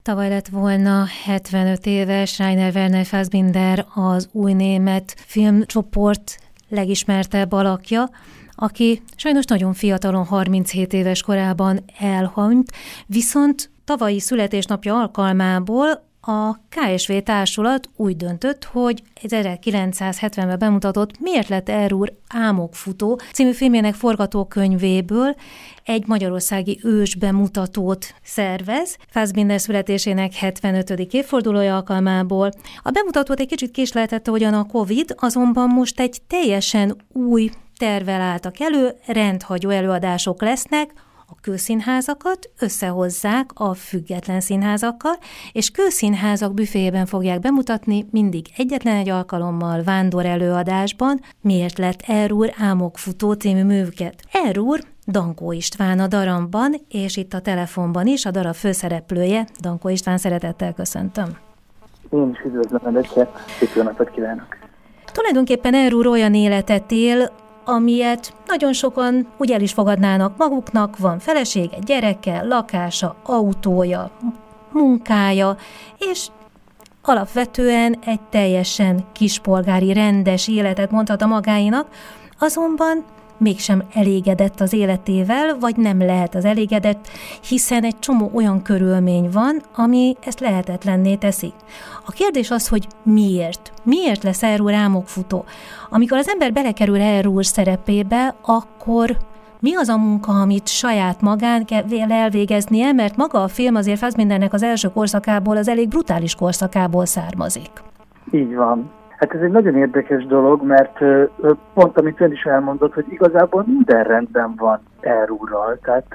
Tavaly lett volna 75 éves Rainer Werner Fassbinder, az új német filmcsoport legismertebb alakja, aki sajnos nagyon fiatalon, 37 éves korában elhunyt, viszont tavalyi születésnapja alkalmából a KSV Társulat úgy döntött, hogy 1970-ben bemutatott Miért lett Error Álmokfutó című filmjének forgatókönyvéből egy magyarországi ős bemutatót szervez, Fassbinder születésének 75. évfordulója alkalmából. A bemutatót egy kicsit késleltette ugyan a Covid, azonban most egy teljesen új tervvel álltak elő, rendhagyó előadások lesznek, a kőszínházakat összehozzák a független színházakkal, és kőszínházak büféjében fogják bemutatni mindig egyetlen egy alkalommal vándor előadásban Miért lett Error Álmokfutó című művüket. Error Dankó István a darabban, és itt a telefonban is a darab főszereplője. Dankó István, szeretettel köszöntöm. Én is üdvözlöm Önöket, szép jó napot kívánok! Tulajdonképpen Error olyan életet él, amilyet nagyon sokan úgy el is fogadnának maguknak, van felesége, gyereke, lakása, autója, munkája, és alapvetően egy teljesen kispolgári, rendes életet mondhat a magáinak, azonban mégsem elégedett az életével, vagy nem lehet az elégedett, hiszen egy csomó olyan körülmény van, ami ezt lehetetlenné teszi. A kérdés az, hogy miért? Miért lesz Error álmokfutó? Amikor az ember belekerül Error szerepébe, akkor mi az a munka, amit saját magán kell elvégeznie, mert maga a film azért Fassbindernek az első korszakából, az elég brutális korszakából származik. Így van. Hát ez egy nagyon érdekes dolog, mert pont amit ön is elmondott, hogy igazából minden rendben van Errorral. Tehát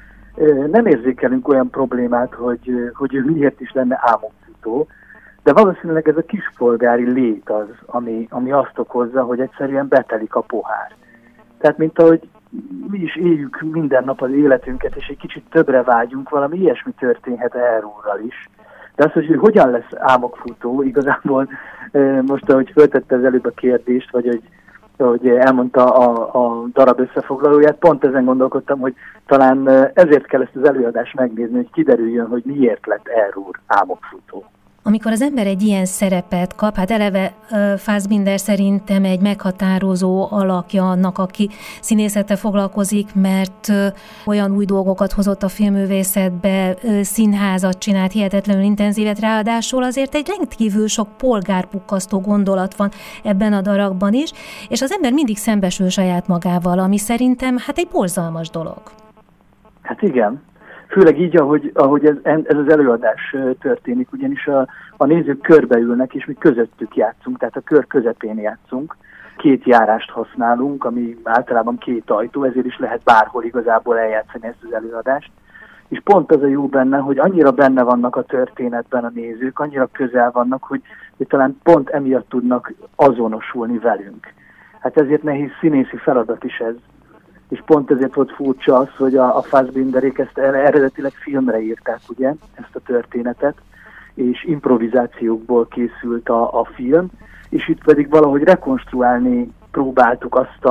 nem érzékelünk olyan problémát, hogy ő miért is lenne álmokfutó, de valószínűleg ez a kispolgári lét az, ami azt okozza, hogy egyszerűen betelik a pohár. Tehát mint ahogy mi is éljük minden nap az életünket, és egy kicsit többre vágyunk, valami ilyesmi történhet Errorral is. De az, hogy hogyan lesz álmokfutó, igazából most, ahogy föltette az előbb a kérdést, vagy hogy elmondta a darab összefoglalóját, pont ezen gondolkodtam, hogy talán ezért kell ezt az előadást megnézni, hogy kiderüljön, hogy miért lett Error álmokfutó. Amikor az ember egy ilyen szerepet kap, hát eleve Fassbinder szerintem egy meghatározó alakja annak, aki színészettel foglalkozik, mert olyan új dolgokat hozott a filmművészetbe, színházat csinált, hihetetlenül intenzívet, ráadásul azért egy rendkívül sok polgárpukkasztó gondolat van ebben a darabban is, és az ember mindig szembesül saját magával, ami szerintem hát egy borzalmas dolog. Hát igen. Főleg így, ahogy ez az előadás történik, ugyanis a nézők körbeülnek, és mi közöttük játszunk, tehát a kör közepén játszunk. 2 járást használunk, ami általában 2 ajtó, ezért is lehet bárhol igazából eljátszani ezt az előadást. És pont az a jó benne, hogy annyira benne vannak a történetben a nézők, annyira közel vannak, hogy talán pont emiatt tudnak azonosulni velünk. Hát ezért nehéz színészi feladat is ez. És pont ezért volt furcsa az, hogy a Fassbinderék ezt eredetileg filmre írták, ugye, ezt a történetet, és improvizációkból készült a film, és itt pedig valahogy rekonstruálni próbáltuk azt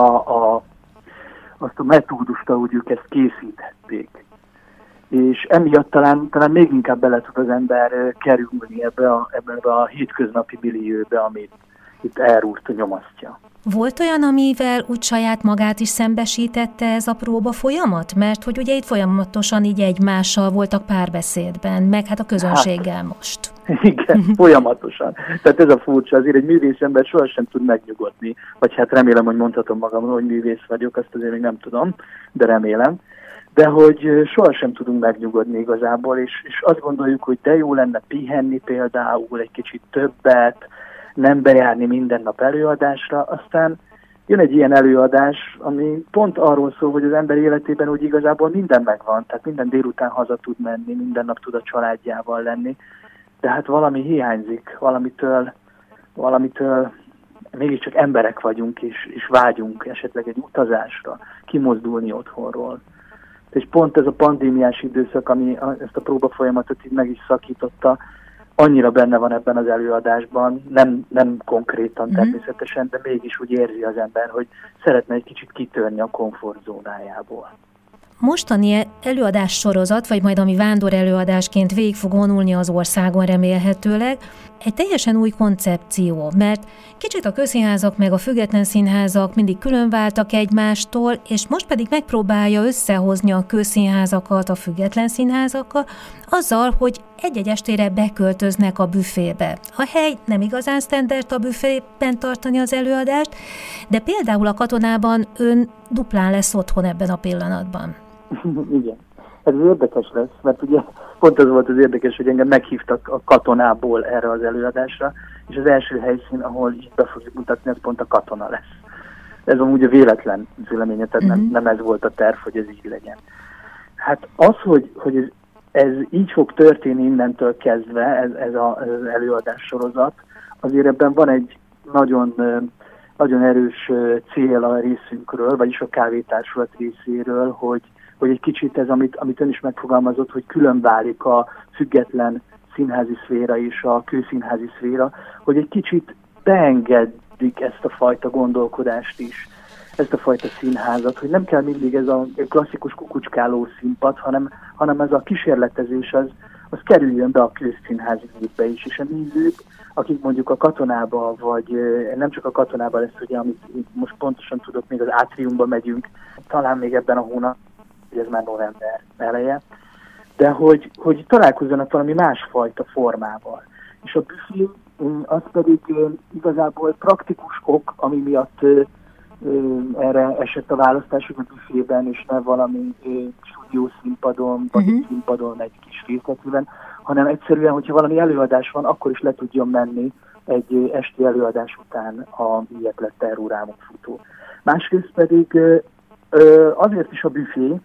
a metódust, ahogy ők ezt készíthették. És emiatt talán még inkább bele tud az ember kerülni ebbe a hétköznapi millióbe, amit itt Errort nyomasztja. Volt olyan, amivel úgy saját magát is szembesítette ez a próba folyamat? Mert hogy ugye itt folyamatosan így egymással voltak párbeszédben, meg hát a közönséggel most. Igen, folyamatosan. Tehát ez a furcsa, azért egy művész ember sohasem tud megnyugodni, vagy hát remélem, hogy mondhatom magamról, hogy művész vagyok, azt azért még nem tudom, de remélem. De hogy sohasem tudunk megnyugodni igazából, és azt gondoljuk, hogy de jó lenne pihenni például egy kicsit többet, nem bejárni minden nap előadásra, aztán jön egy ilyen előadás, ami pont arról szól, hogy az ember életében úgy igazából minden megvan, tehát minden délután haza tud menni, minden nap tud a családjával lenni, de hát valami hiányzik, valamitől mégiscsak emberek vagyunk, és vágyunk esetleg egy utazásra, kimozdulni otthonról. És pont ez a pandémiás időszak, ami ezt a próbafolyamatot így meg is szakította, annyira benne van ebben az előadásban, nem konkrétan természetesen, de mégis úgy érzi az ember, hogy szeretne egy kicsit kitörni a komfortzónájából. mostani előadás sorozat, vagy majd ami vándor előadásként végig fog vonulni az országon remélhetőleg, egy teljesen új koncepció, mert kicsit a közszínházak meg a független színházak mindig különváltak egymástól, és most pedig megpróbálja összehozni a közszínházakat a független színházakkal, azzal, hogy egy-egy estére beköltöznek a büfébe. A hely nem igazán standard a büfében tartani az előadást, de például a Katonában ön duplán lesz otthon ebben a pillanatban. Igen. Ez érdekes lesz, mert ugye pont az volt az érdekes, hogy engem meghívtak a Katonából erre az előadásra, és az első helyszín, ahol így be fogjuk mutatni, ez pont a Katona lesz. Ez amúgy a véletlen véleménye, tehát nem ez volt a terv, hogy ez így legyen. Hát az, hogy ez így fog történni innentől kezdve, ez az előadás sorozat, azért ebben van egy nagyon, nagyon erős cél a részünkről, vagyis a Kávétársulat részéről, hogy egy kicsit ez, amit ön is megfogalmazott, hogy külön válik a független színházi szféra és a kőszínházi szféra, hogy egy kicsit beengedik ezt a fajta gondolkodást is, ezt a fajta színházat, hogy nem kell mindig ez a klasszikus kukucskáló színpad, hanem ez a kísérletezés az kerüljön be a kőszínházi gépbe is, és a nézők, akik mondjuk a Katonába, vagy nem csak a Katonába lesz, ugye, amit most pontosan tudok, még az Átriumba megyünk, talán még ebben a hónapban, ez már november eleje, de hogy találkozzanak valami másfajta formával. És a büfé az pedig igazából praktikus ok, ami miatt erre esett a választás, hogy a büfében, és ne valami stúdiószínpadon, vagy színpadon egy kis részletűben, hanem egyszerűen, hogyha valami előadás van, akkor is le tudjon menni egy esti előadás után a Miért lett Terror rámok futó. Másrészt pedig azért is a büfé,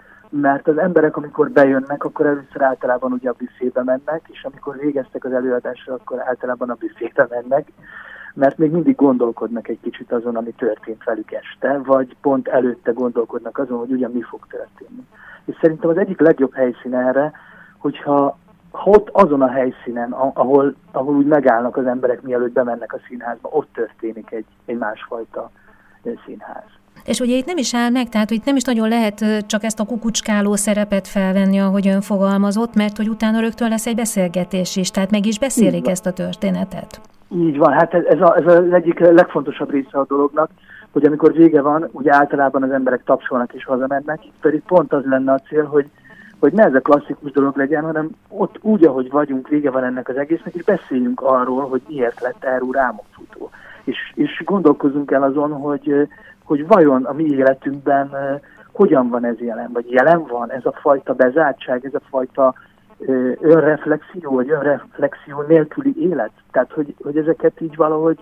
mert az emberek, amikor bejönnek, akkor először általában ugye a büfébe mennek, és amikor végeztek az előadásra, akkor általában a büfébe mennek, mert még mindig gondolkodnak egy kicsit azon, ami történt velük este, vagy pont előtte gondolkodnak azon, hogy ugyan mi fog történni. És szerintem az egyik legjobb helyszín erre, hogyha ott azon a helyszínen, ahol úgy megállnak az emberek, mielőtt bemennek a színházba, ott történik egy másfajta színház. És ugye itt nem is áll meg, tehát hogy itt nem is nagyon lehet csak ezt a kukucskáló szerepet felvenni, ahogy ön fogalmazott, mert hogy utána rögtön lesz egy beszélgetés is, tehát meg is beszélik ezt a történetet. Így van, hát ez az egyik legfontosabb része a dolognak, hogy amikor vége van, ugye általában az emberek tapsolnak és hazamennek, itt pedig pont az lenne a cél, hogy ne ez a klasszikus dolog legyen, hanem ott úgy, ahogy vagyunk, vége van ennek az egésznek, és beszéljünk arról, hogy miért lett Terror rámok futó. És gondolkozunk el azon, hogy vajon a mi életünkben hogyan van ez jelen, vagy jelen van ez a fajta bezártság, ez a fajta önreflexió, vagy önreflexió nélküli élet. Tehát, hogy ezeket így valahogy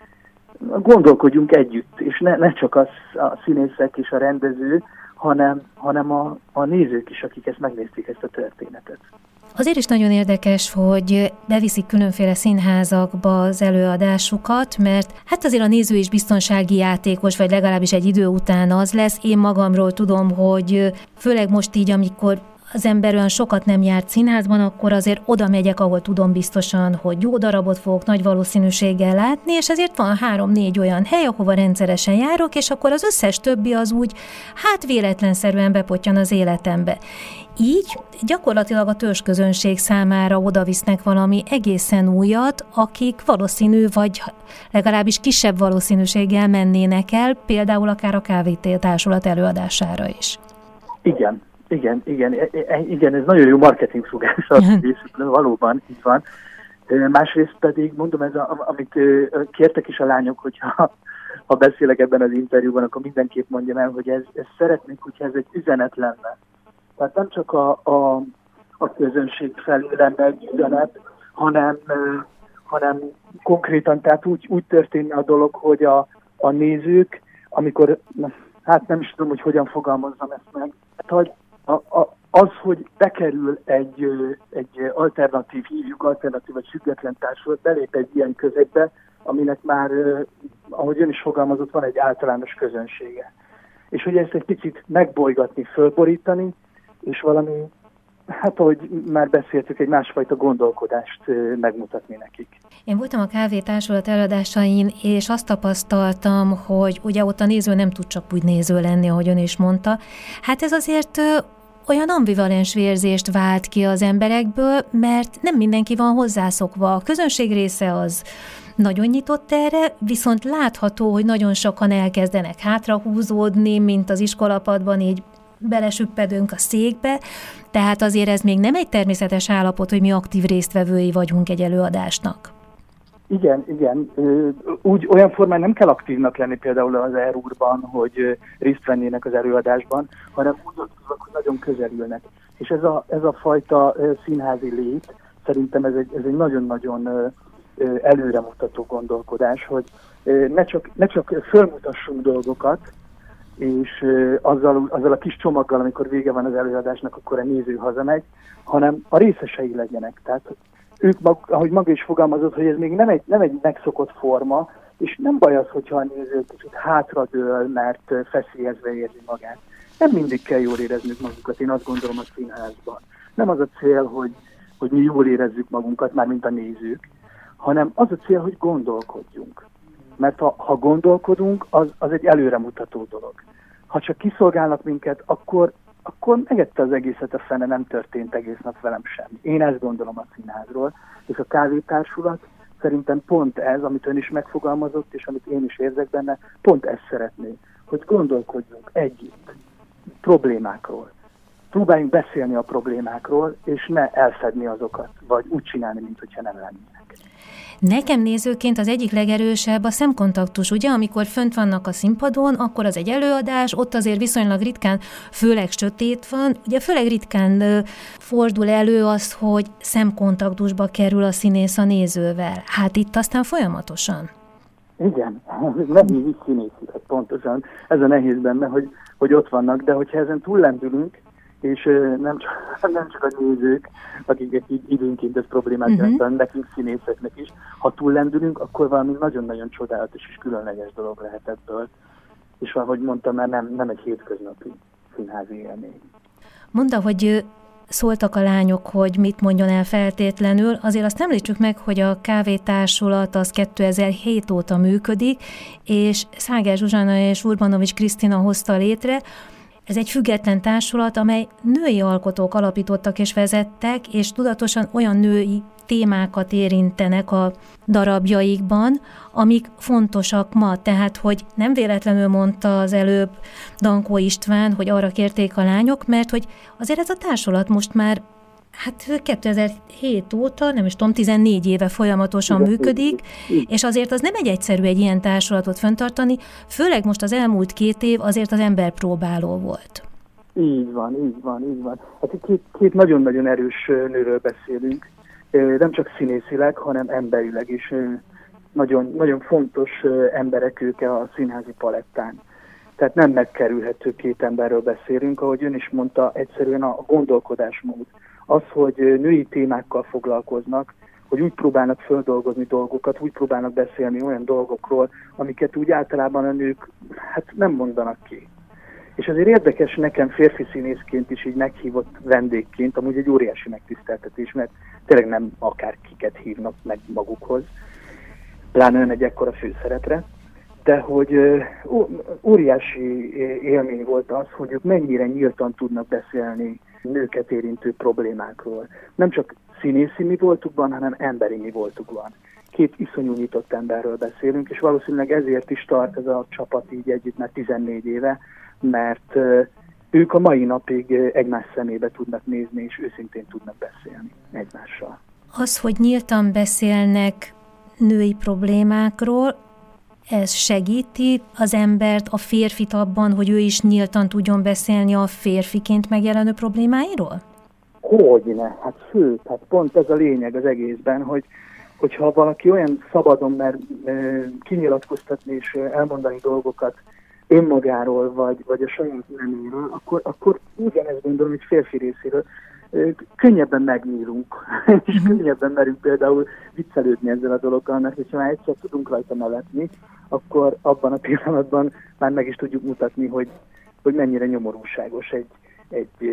gondolkodjunk együtt, és ne csak a színészek és a rendező, hanem a nézők is, akik ezt megnézték, ezt a történetet. Azért is nagyon érdekes, hogy beviszik különféle színházakba az előadásukat, mert hát azért a néző is biztonsági játékos, vagy legalábbis egy idő után az lesz. Én magamról tudom, hogy főleg most így, amikor az ember olyan sokat nem járt színházban, akkor azért oda megyek, ahol tudom biztosan, hogy jó darabot fogok nagy valószínűséggel látni, és ezért van 3-4 olyan hely, ahova rendszeresen járok, és akkor az összes többi az úgy, hát véletlenszerűen bepottyan az életembe. Így gyakorlatilag a törzsközönség számára odavisznek valami egészen újat, akik valószínű, vagy legalábbis kisebb valószínűséggel mennének el, például akár a Kávétársulat előadására is. Igen, ez nagyon jó marketingfogás a részükről, valóban így van. Másrészt pedig, mondom, ez amit kértek is a lányok, hogyha beszélek ebben az interjúban, akkor mindenképp mondjam el, hogy ez szeretnénk, hogyha ez egy üzenet lenne. Tehát nem csak a közönség felé lenne egy üzenet, hanem konkrétan, tehát úgy történne a dolog, hogy a nézők, amikor, hát nem is tudom, hogy hogyan fogalmazzam ezt meg, hogy az, hogy bekerül egy alternatív, hívjuk alternatív vagy független társulat, belép egy ilyen közegbe, aminek már, ahogy ön is fogalmazott, van egy általános közönsége. És hogy ezt egy picit megbolygatni, fölborítani, és valami Hát, ahogy már beszéltük, egy másfajta gondolkodást megmutatni nekik. Én voltam a kávétársulat előadásain, és azt tapasztaltam, hogy ugye ott a néző nem tud csak úgy néző lenni, ahogy ön is mondta. Hát ez azért olyan ambivalens érzést vált ki az emberekből, mert nem mindenki van hozzászokva. A közönség része az nagyon nyitott erre, viszont látható, hogy nagyon sokan elkezdenek hátrahúzódni, mint az iskolapadban, így belesüppedünk a székbe, tehát azért ez még nem egy természetes állapot, hogy mi aktív résztvevői vagyunk egy előadásnak. Igen. Úgy olyan formán nem kell aktívnak lenni például az ERUR-ban, hogy részt vennének az előadásban, hanem úgy aktívak, hogy nagyon közel ülnek. És ez a fajta színházi lét, szerintem ez egy nagyon-nagyon előremutató gondolkodás, hogy ne csak fölmutassunk dolgokat, és azzal a kis csomaggal, amikor vége van az előadásnak, akkor a néző hazamegy, hanem a részesei legyenek. Tehát ők, ahogy maga is fogalmazott, hogy ez még nem egy megszokott forma, és nem baj az, hogyha a néző kicsit hátradől, mert feszélyezve érzi magát. Nem mindig kell jól éreznünk magunkat, én azt gondolom a színházban. Nem az a cél, hogy mi jól érezzük magunkat, mármint a nézők, hanem az a cél, hogy gondolkodjunk. Mert ha gondolkodunk, az egy előremutató dolog. Ha csak kiszolgálnak minket, akkor megette az egészet a fene, nem történt egész nap velem semmi. Én ezt gondolom a színházról, és a kávétársulat szerintem pont ez, amit ön is megfogalmazott, és amit én is érzek benne, pont ezt szeretné, hogy gondolkodjunk együtt problémákról. Próbáljunk beszélni a problémákról, és ne elfedni azokat, vagy úgy csinálni, mintha nem lennének. Nekem nézőként az egyik legerősebb a szemkontaktus, ugye, amikor fönt vannak a színpadon, akkor az egy előadás, ott azért viszonylag ritkán, főleg sötét van, ugye főleg ritkán fordul elő az, hogy szemkontaktusba kerül a színész a nézővel. Hát itt aztán folyamatosan. Igen, nem így színészik, pontosan. Ez a nehéz benne, hogy ott vannak, de hogyha ezen túllendülünk, és nem csak a nézők, akik így időnként ez problémát jelent, nekünk színészeknek is. Ha túllendülünk, akkor valami nagyon-nagyon csodálatos és különleges dolog lehet ebből. És ahogy mondtam, már nem egy hétköznapi színházi élmény. Mondta, hogy szóltak a lányok, hogy mit mondjon el feltétlenül. Azért azt említsük meg, hogy a kávétársulat az 2007 óta működik, és Száger Zsuzsanna és Urbanovics Krisztina hozta létre. Ez egy független társulat, amely női alkotók alapítottak és vezettek, és tudatosan olyan női témákat érintenek a darabjaikban, amik fontosak ma. Tehát, hogy nem véletlenül mondta az előbb Dankó István, hogy arra kérték a lányok, mert hogy azért ez a társulat most már 2007 óta, nem is tudom, 14 éve folyamatosan működik, és azért az nem egyszerű egy ilyen társulatot fenntartani, főleg most az elmúlt 2 év azért az emberpróbáló volt. Így van. Hát két nagyon-nagyon erős nőről beszélünk, nem csak színészileg, hanem emberileg is. Nagyon, nagyon fontos emberek ők a színházi palettán. Tehát nem megkerülhető 2 emberről beszélünk, ahogy ön is mondta, egyszerűen a gondolkodásmód. Az, hogy női témákkal foglalkoznak, hogy úgy próbálnak földolgozni dolgokat, úgy próbálnak beszélni olyan dolgokról, amiket úgy általában a nők nem mondanak ki. És azért érdekes nekem férfi színészként is így meghívott vendégként, amúgy egy óriási megtiszteltetés, mert tényleg nem akárkiket hívnak meg magukhoz, pláne ön egy ekkora főszerepre, de hogy óriási élmény volt az, hogy ők mennyire nyíltan tudnak beszélni nőket érintő problémákról. Nem csak színészi mi voltukban, hanem emberi mi voltukban. 2 iszonyú nyitott emberről beszélünk, és valószínűleg ezért is tart ez a csapat így együtt már 14 éve, mert ők a mai napig egymás szemébe tudnak nézni, és őszintén tudnak beszélni egymással. Az, hogy nyíltan beszélnek női problémákról, ez segíti az embert, a férfit abban, hogy ő is nyíltan tudjon beszélni a férfiként megjelenő problémáiról? Hogyne, hát pont ez a lényeg az egészben, hogyha valaki olyan szabadon mer kinyilatkoztatni és elmondani dolgokat önmagáról, vagy a saját neméről, akkor ugyanezt gondolom, hogy férfi részéről könnyebben megnyílunk, és könnyebben merünk például viccelődni ezzel a dologgal, mert hogyha már egyszer tudunk rajta nevetni, akkor abban a pillanatban már meg is tudjuk mutatni, hogy mennyire nyomorúságos egy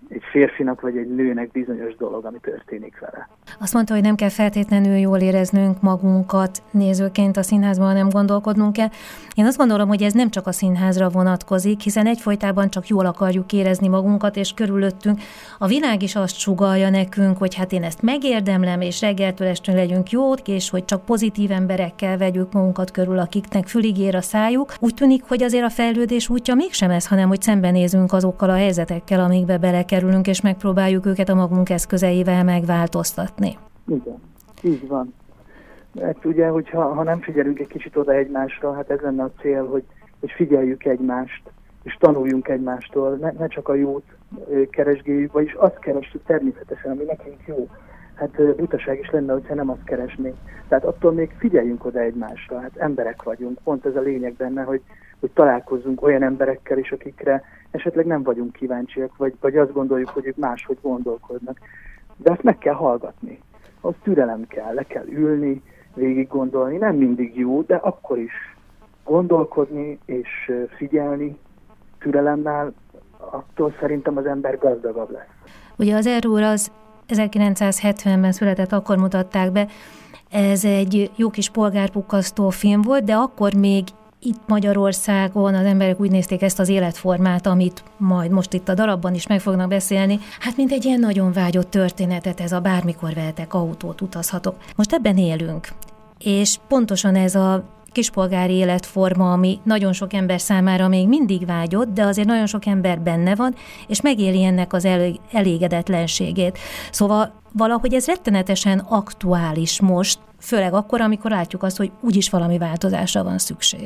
egy férfinak vagy egy nőnek bizonyos dolog, ami történik vele. Azt mondta, hogy nem kell feltétlenül jól éreznünk magunkat nézőként a színházban, hanem gondolkodnunk kell. Én azt gondolom, hogy ez nem csak a színházra vonatkozik, hiszen egyfolytában csak jól akarjuk érezni magunkat, és körülöttünk a világ is azt sugallja nekünk, hogy hát én ezt megérdemlem, és reggeltől estől legyünk jók, és hogy csak pozitív emberekkel vegyük magunkat körül, akiknek fülig ér a szájuk. Úgy tűnik, hogy azért a fejlődés útja mégsem ez, hanem hogy szembenézünk azokkal a helyzetekkel, amikbe belekerülünk, és megpróbáljuk őket a magunk eszközeivel megváltoztatni. Igen, így van. Mert ugye, hogyha nem figyelünk egy kicsit oda egymásra, hát ez lenne a cél, hogy figyeljük egymást, és tanuljunk egymástól, ne csak a jót keresgéljük, vagyis azt keressük természetesen, ami nekünk jó. Hát butaság is lenne, hogyha nem azt keresnénk. Tehát attól még figyeljünk oda egymásra, hát emberek vagyunk. Pont ez a lényeg benne, hogy találkozzunk olyan emberekkel is, akikre esetleg nem vagyunk kíváncsiak, vagy azt gondoljuk, hogy ők máshogy gondolkodnak. De azt meg kell hallgatni. Az türelem kell, le kell ülni, végig gondolni. Nem mindig jó, de akkor is gondolkodni és figyelni türelemmel, attól szerintem az ember gazdagabb lesz. Ugye az Error az 1970-ben született, akkor mutatták be. Ez egy jó kis polgárpukkasztó film volt, de akkor még itt Magyarországon az emberek úgy nézték ezt az életformát, amit majd most itt a darabban is meg fognak beszélni, hát mint egy ilyen nagyon vágyott történetet, ez a bármikor vehetek autót, utazhatok. Most ebben élünk, és pontosan ez a kispolgári életforma, ami nagyon sok ember számára még mindig vágyott, de azért nagyon sok ember benne van, és megéli ennek az elégedetlenségét. Szóval valahogy ez rettenetesen aktuális most, főleg akkor, amikor látjuk azt, hogy úgyis valami változásra van szükség.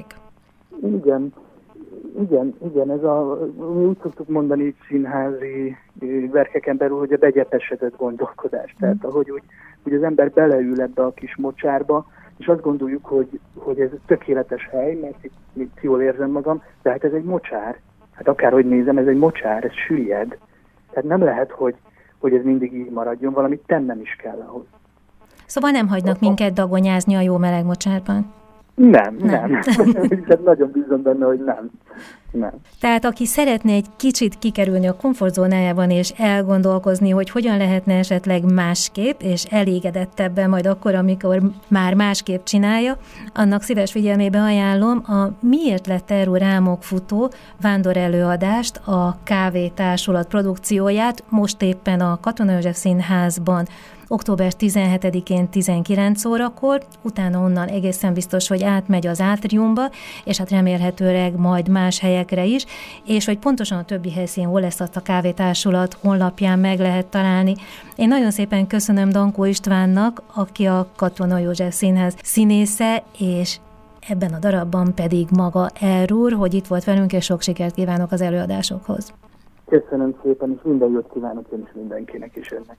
Igen, ez mi úgy szoktuk mondani színházi verkeken belül, hogy a begyepesedett gondolkodás. Tehát ahogy úgy az ember beleül ebbe a kis mocsárba, és azt gondoljuk, hogy ez tökéletes hely, mert itt jól érzem magam, de hát ez egy mocsár. Hát akárhogy nézem, ez egy mocsár, ez süllyed. Tehát nem lehet, hogy ez mindig így maradjon, valamit tennem is kell ahhoz. Szóval nem hagynak minket dagonyázni a jó meleg mocsárban? Nem. Nagyon bízom benne, hogy nem. Tehát aki szeretne egy kicsit kikerülni a komfortzónájában és elgondolkozni, hogy hogyan lehetne esetleg másképp és elégedettebben majd akkor, amikor már másképp csinálja, annak szíves figyelmébe ajánlom a Miért lett Error álmokfutó vándorelőadást, a KV Társulat produkcióját, most éppen a Katona József Színházban október 17-én 19 órakor, utána onnan egészen biztos, hogy átmegy az átriumba, és hát remélhetőleg majd más helyekre is, és hogy pontosan a többi helyszín hol lesz, azt a KV Társulat honlapján meg lehet találni. Én nagyon szépen köszönöm Dankó Istvánnak, aki a Katona József Színház színésze, és ebben a darabban pedig maga Error, hogy itt volt velünk, és sok sikert kívánok az előadásokhoz. Köszönöm szépen, és minden jót kívánok én is mindenkinek is önnek.